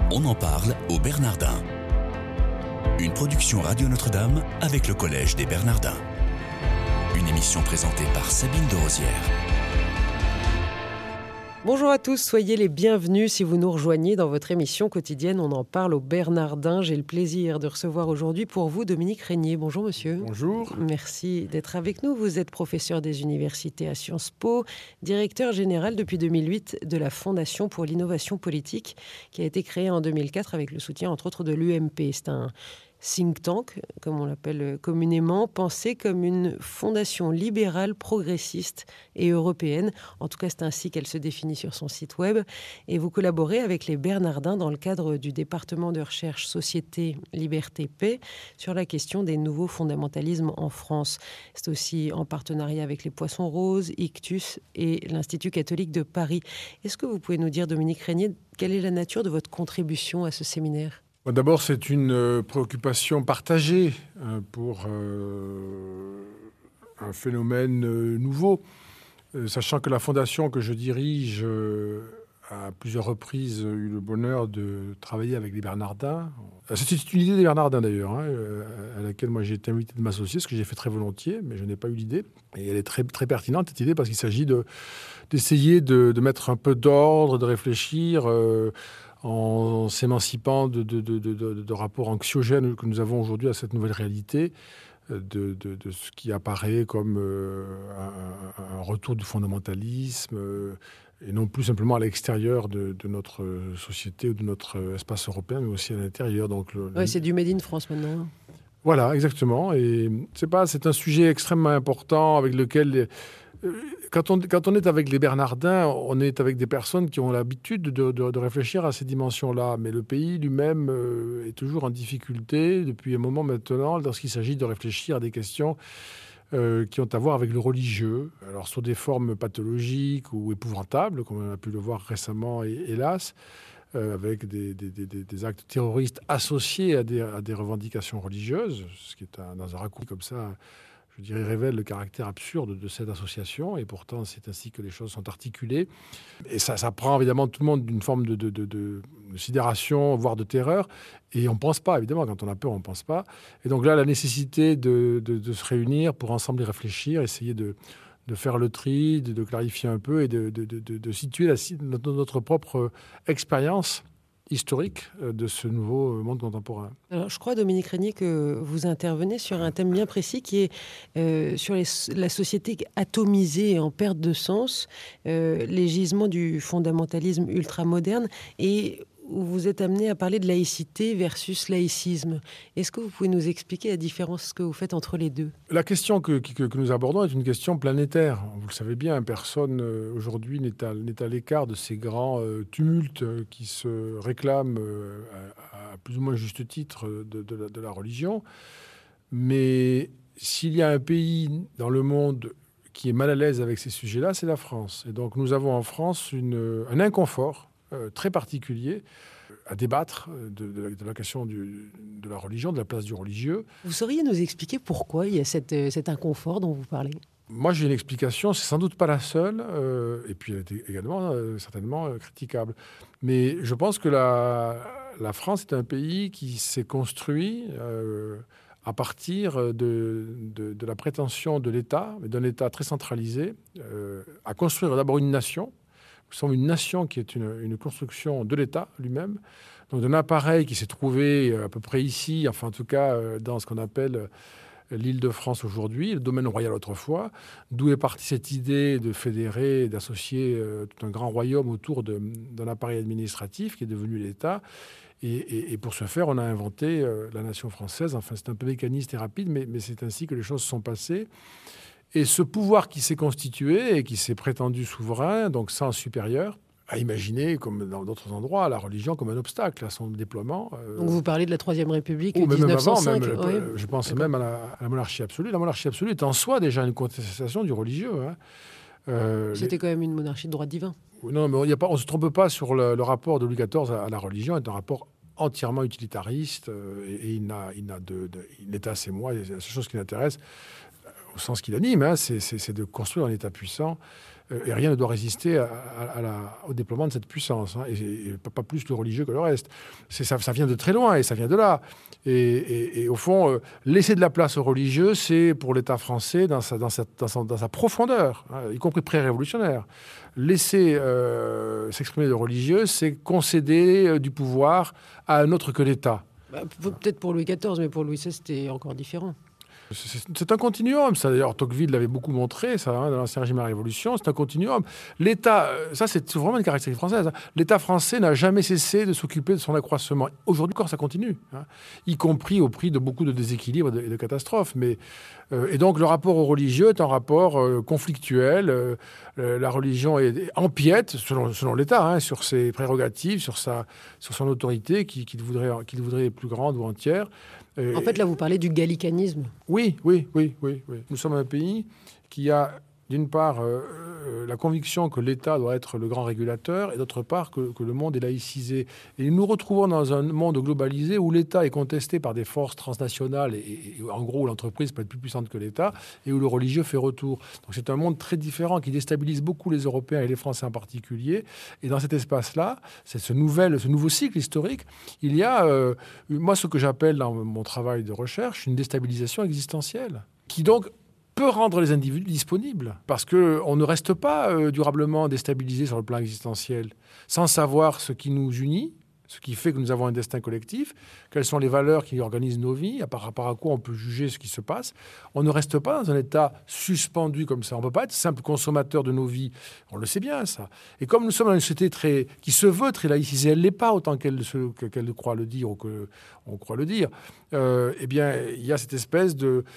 On en parle aux Bernardins. Une production Radio Notre-Dame avec le Collège des Bernardins. Une émission présentée par Sabine de Rosière. Bonjour à tous, soyez les bienvenus si vous nous rejoignez dans votre émission quotidienne On en parle aux Bernardins. J'ai le plaisir de recevoir aujourd'hui pour vous Dominique Régnier. Bonjour monsieur. Bonjour. Merci d'être avec nous. Vous êtes professeur des universités à Sciences Po, directeur général depuis 2008 de la Fondation pour l'innovation politique qui a été créée en 2004 avec le soutien entre autres de l'UMP. C'est un think tank, comme on l'appelle communément, pensé comme une fondation libérale, progressiste et européenne. En tout cas, c'est ainsi qu'elle se définit sur son site web. Et vous collaborez avec les Bernardins dans le cadre du département de recherche Société, Liberté, Paix sur la question des nouveaux fondamentalismes en France. C'est aussi en partenariat avec les Poissons Roses, Ictus et l'Institut catholique de Paris. Est-ce que vous pouvez nous dire, Dominique Régnier, quelle est la nature de votre contribution à ce séminaire ? D'abord, c'est une préoccupation partagée pour un phénomène nouveau, sachant que la fondation que je dirige a à plusieurs reprises eu le bonheur de travailler avec les Bernardins. C'est une idée des Bernardins d'ailleurs, à laquelle moi j'ai été invité de m'associer, ce que j'ai fait très volontiers, mais je n'ai pas eu l'idée. Et elle est très, très pertinente, cette idée, parce qu'il s'agit d'essayer de mettre un peu d'ordre, de réfléchir en s'émancipant de rapports anxiogènes que nous avons aujourd'hui à cette nouvelle réalité, de ce qui apparaît comme un retour du fondamentalisme, et non plus simplement à l'extérieur de notre société ou de notre espace européen, mais aussi à l'intérieur. Donc c'est du Made in France maintenant. Voilà, exactement. Et c'est un sujet extrêmement important avec lequel... Quand on est avec les Bernardins, on est avec des personnes qui ont l'habitude de réfléchir à ces dimensions-là. Mais le pays lui-même est toujours en difficulté depuis un moment maintenant lorsqu'il s'agit de réfléchir à des questions qui ont à voir avec le religieux. Alors sous des formes pathologiques ou épouvantables, comme on a pu le voir récemment, hélas, avec des actes terroristes associés à des revendications religieuses, ce qui est dans un raccourci comme ça... je dirais, révèle le caractère absurde de cette association. Et pourtant, c'est ainsi que les choses sont articulées. Et ça prend évidemment tout le monde d'une forme de sidération, voire de terreur. Et on ne pense pas, évidemment. Quand on a peur, on ne pense pas. Et donc là, la nécessité de se réunir pour ensemble y réfléchir, essayer de faire le tri, de clarifier un peu et de situer notre propre expérience historique de ce nouveau monde contemporain. Alors, je crois, Dominique Régnier, que vous intervenez sur un thème bien précis qui est sur la société atomisée et en perte de sens, les gisements du fondamentalisme ultramoderne, et où vous êtes amené à parler de laïcité versus laïcisme. Est-ce que vous pouvez nous expliquer la différence que vous faites entre les deux ? La question que nous abordons est une question planétaire. Vous le savez bien, personne aujourd'hui n'est à l'écart de ces grands tumultes qui se réclament à plus ou moins juste titre de la religion. Mais s'il y a un pays dans le monde qui est mal à l'aise avec ces sujets-là, c'est la France. Et donc nous avons en France un inconfort très particulier à débattre de la question de la religion, de la place du religieux. Vous sauriez nous expliquer pourquoi il y a cet inconfort dont vous parlez ? Moi, j'ai une explication, c'est sans doute pas la seule, et puis elle est également certainement critiquable. Mais je pense que la France est un pays qui s'est construit à partir de la prétention de l'État, d'un État très centralisé, à construire d'abord une nation. Nous sommes une nation qui est une construction de l'État lui-même, donc d'un appareil qui s'est trouvé à peu près ici, enfin en tout cas dans ce qu'on appelle l'Île-de-France aujourd'hui, le domaine royal autrefois, d'où est partie cette idée de fédérer, d'associer tout un grand royaume autour d'un appareil administratif qui est devenu l'État. Et pour ce faire, on a inventé la nation française. Enfin, c'est un peu mécaniste et rapide, mais c'est ainsi que les choses se sont passées. Et ce pouvoir qui s'est constitué et qui s'est prétendu souverain, donc sens supérieur, a imaginé, comme dans d'autres endroits, la religion comme un obstacle à son déploiement. Donc vous parlez de la Troisième République, ou 1905. Même avant, je pense même à la monarchie absolue. La monarchie absolue est en soi déjà une contestation du religieux. C'était quand même une monarchie de droit divin. Non, mais on ne se trompe pas sur le rapport de Louis XIV à la religion. C'est un rapport entièrement utilitariste et il n'est à c'est moi. La seule chose qui l'intéresse, au sens qu'il anime, c'est de construire un État puissant. Et rien ne doit résister au déploiement de cette puissance. Et pas plus le religieux que le reste. Ça vient de très loin et ça vient de là. Et au fond, laisser de la place aux religieux, c'est pour l'État français dans sa profondeur, y compris pré-révolutionnaire. Laisser s'exprimer le religieux, c'est concéder du pouvoir à un autre que l'État. Peut-être pour Louis XIV, mais pour Louis XVI, c'était encore différent. C'est un continuum, ça d'ailleurs, Tocqueville l'avait beaucoup montré, ça, dans l'Ancien Régime de la Révolution, c'est un continuum. L'État, ça c'est vraiment une caractéristique française, L'État français n'a jamais cessé de s'occuper de son accroissement. Aujourd'hui encore, ça continue, y compris au prix de beaucoup de déséquilibres et de catastrophes. Et donc le rapport au religieux est un rapport conflictuel. La religion empiète, selon l'État, sur ses prérogatives, sur son autorité qu'il voudrait plus grande ou entière. En fait, là, vous parlez du gallicanisme. Oui. Nous sommes un pays qui a, d'une part, la conviction que l'État doit être le grand régulateur, et d'autre part, que le monde est laïcisé. Et nous nous retrouvons dans un monde globalisé où l'État est contesté par des forces transnationales, et en gros, l'entreprise peut être plus puissante que l'État, et où le religieux fait retour. Donc c'est un monde très différent qui déstabilise beaucoup les Européens et les Français en particulier. Et dans cet espace-là, c'est ce nouveau cycle historique, il y a, moi, ce que j'appelle dans mon travail de recherche, une déstabilisation existentielle, qui donc peut rendre les individus disponibles, parce qu'on ne reste pas durablement déstabilisé sur le plan existentiel, sans savoir ce qui nous unit, ce qui fait que nous avons un destin collectif, quelles sont les valeurs qui organisent nos vies, par rapport à quoi on peut juger ce qui se passe. On ne reste pas dans un état suspendu comme ça. On ne peut pas être simple consommateur de nos vies. On le sait bien, ça. Et comme nous sommes dans une société qui se veut très laïcisée, elle ne l'est pas autant qu'elle croit le dire ou qu'on croit le dire, eh bien, il y a cette espèce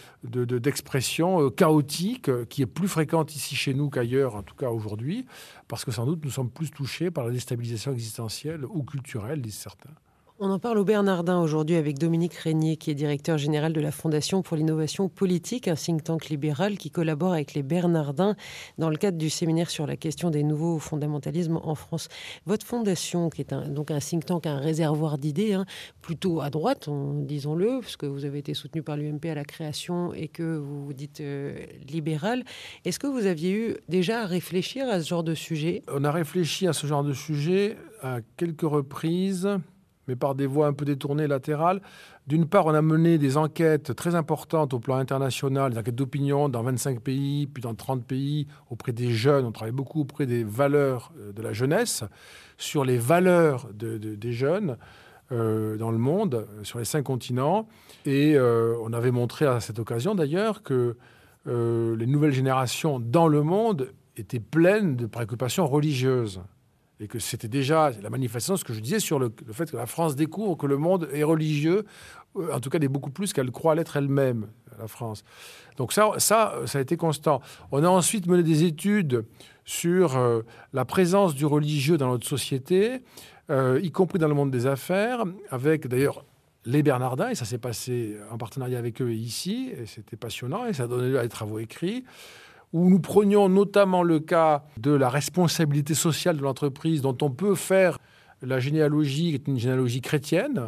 d'expression chaotique qui est plus fréquente ici chez nous qu'ailleurs, en tout cas aujourd'hui, parce que sans doute nous sommes plus touchés par la déstabilisation existentielle ou culturelle, disent certains. On en parle au Bernardin aujourd'hui avec Dominique Régnier, qui est directeur général de la Fondation pour l'innovation politique, un think tank libéral qui collabore avec les Bernardins dans le cadre du séminaire sur la question des nouveaux fondamentalismes en France. Votre fondation, qui est donc un think tank, un réservoir d'idées, plutôt à droite, disons-le, parce que vous avez été soutenu par l'UMP à la création et que vous vous dites libéral. Est-ce que vous aviez eu déjà à réfléchir à ce genre de sujet ? On a réfléchi à ce genre de sujet à quelques reprises, mais par des voies un peu détournées, latérales. D'une part, on a mené des enquêtes très importantes au plan international, des enquêtes d'opinion dans 25 pays, puis dans 30 pays, auprès des jeunes. On travaille beaucoup auprès des valeurs de la jeunesse, sur les valeurs des jeunes dans le monde, sur les 5 continents. Et on avait montré à cette occasion, d'ailleurs, que les nouvelles générations dans le monde étaient pleines de préoccupations religieuses. Et que c'était déjà la manifestation de ce que je disais sur le fait que la France découvre que le monde est religieux, en tout cas, beaucoup plus qu'elle croit l'être elle-même, la France. Donc ça a été constant. On a ensuite mené des études sur la présence du religieux dans notre société, y compris dans le monde des affaires, avec d'ailleurs les Bernardins, et ça s'est passé en partenariat avec eux ici, et c'était passionnant, et ça a donné lieu à des travaux écrits, où nous prenions notamment le cas de la responsabilité sociale de l'entreprise, dont on peut faire la généalogie, qui est une généalogie chrétienne.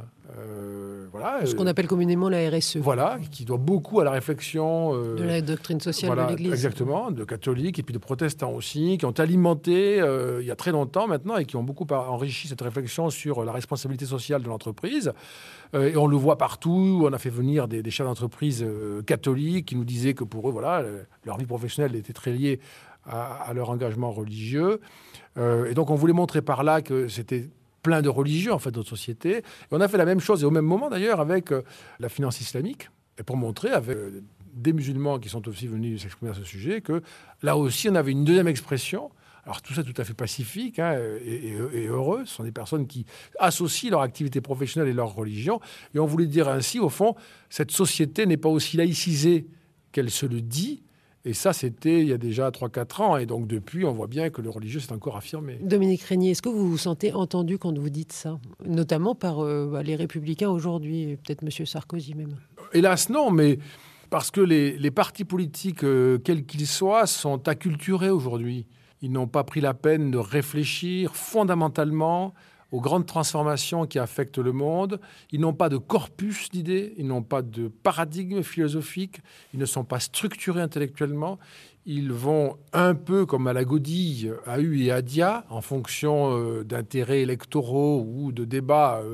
Ce qu'on appelle communément la RSE. Voilà, qui doit beaucoup à la réflexion... de la doctrine sociale de l'Église. Exactement, de catholiques et puis de protestants aussi, qui ont alimenté il y a très longtemps maintenant et qui ont beaucoup enrichi cette réflexion sur la responsabilité sociale de l'entreprise. Et on le voit partout. On a fait venir des chefs d'entreprise catholiques qui nous disaient que pour eux, leur vie professionnelle était très liée à leur engagement religieux. Et donc on voulait montrer par là que c'était plein de religieux, en fait, dans notre société. Et on a fait la même chose, et au même moment, d'ailleurs, avec la finance islamique, et pour montrer, avec des musulmans qui sont aussi venus s'exprimer à ce sujet, que là aussi, on avait une deuxième expression. Alors, tout ça tout à fait pacifique et heureux. Ce sont des personnes qui associent leur activité professionnelle et leur religion. Et on voulait dire ainsi, au fond, cette société n'est pas aussi laïcisée qu'elle se le dit. Et ça, c'était il y a déjà 3-4 ans. Et donc, depuis, on voit bien que le religieux s'est encore affirmé. Dominique Régnier, est-ce que vous vous sentez entendu quand vous dites ça ? Notamment par les Républicains aujourd'hui, peut-être M. Sarkozy même. Hélas, non, mais parce que les partis politiques, quels qu'ils soient, sont acculturés aujourd'hui. Ils n'ont pas pris la peine de réfléchir fondamentalement aux grandes transformations qui affectent le monde. Ils n'ont pas de corpus d'idées, ils n'ont pas de paradigme philosophique, ils ne sont pas structurés intellectuellement. Ils vont un peu comme à la godille, à U et à dia, en fonction d'intérêts électoraux ou de débats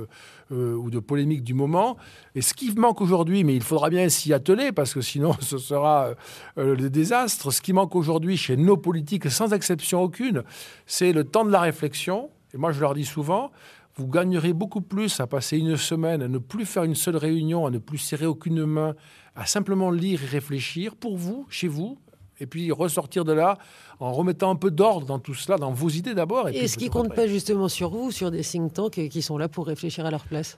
ou de polémiques du moment. Et ce qui manque aujourd'hui, mais il faudra bien s'y atteler, parce que sinon ce sera le désastre, ce qui manque aujourd'hui chez nos politiques, sans exception aucune, c'est le temps de la réflexion. Et moi, je leur dis souvent, vous gagnerez beaucoup plus à passer une semaine, à ne plus faire une seule réunion, à ne plus serrer aucune main, à simplement lire et réfléchir pour vous, chez vous, et puis ressortir de là en remettant un peu d'ordre dans tout cela, dans vos idées d'abord. Et ce qui ne compte pas justement sur vous, sur des think tanks qui sont là pour réfléchir à leur place?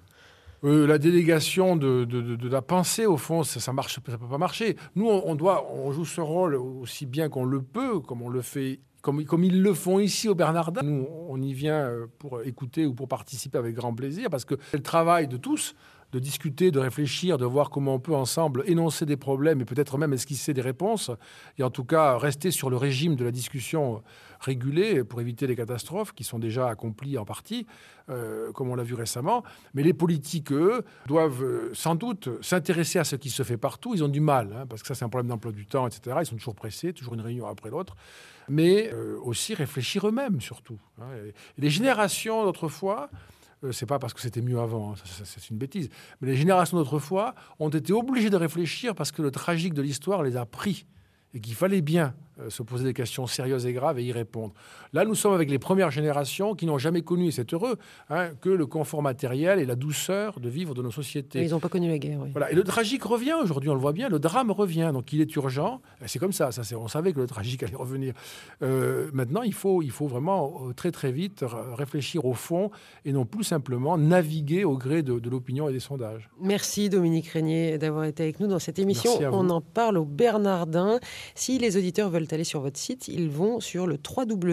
La délégation de la pensée, au fond, ça peut pas marcher. Nous, on joue ce rôle aussi bien qu'on le peut, comme on le fait, comme ils le font ici au Bernardin. Nous, on y vient pour écouter ou pour participer avec grand plaisir, parce que c'est le travail de tous, de discuter, de réfléchir, de voir comment on peut ensemble énoncer des problèmes et peut-être même esquisser des réponses, et en tout cas rester sur le régime de la discussion régulée pour éviter les catastrophes qui sont déjà accomplies en partie, comme on l'a vu récemment. Mais les politiques, eux, doivent sans doute s'intéresser à ce qui se fait partout. Ils ont du mal, parce que ça c'est un problème d'emploi du temps, etc. Ils sont toujours pressés, toujours une réunion après l'autre. Mais aussi réfléchir eux-mêmes, surtout. Et les générations d'autrefois, c'est pas parce que c'était mieux avant, c'est une bêtise. Mais les générations d'autrefois ont été obligées de réfléchir parce que le tragique de l'histoire les a pris et qu'il fallait bien se poser des questions sérieuses et graves et y répondre. Là, nous sommes avec les premières générations qui n'ont jamais connu, et c'est heureux, que le confort matériel et la douceur de vivre de nos sociétés. Ils n'ont pas connu la guerre, oui. Voilà. Et le tragique revient aujourd'hui, on le voit bien, le drame revient, donc il est urgent. C'est comme ça, on savait que le tragique allait revenir. Maintenant, il faut vraiment très très vite réfléchir au fond et non plus simplement naviguer au gré de l'opinion et des sondages. Merci Dominique Régnier d'avoir été avec nous dans cette émission. On en parle au Bernardin. Si les auditeurs veulent aller sur votre site, ils vont sur le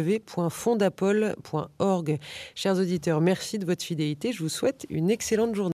www.fondapol.org. Chers auditeurs, merci de votre fidélité. Je vous souhaite une excellente journée.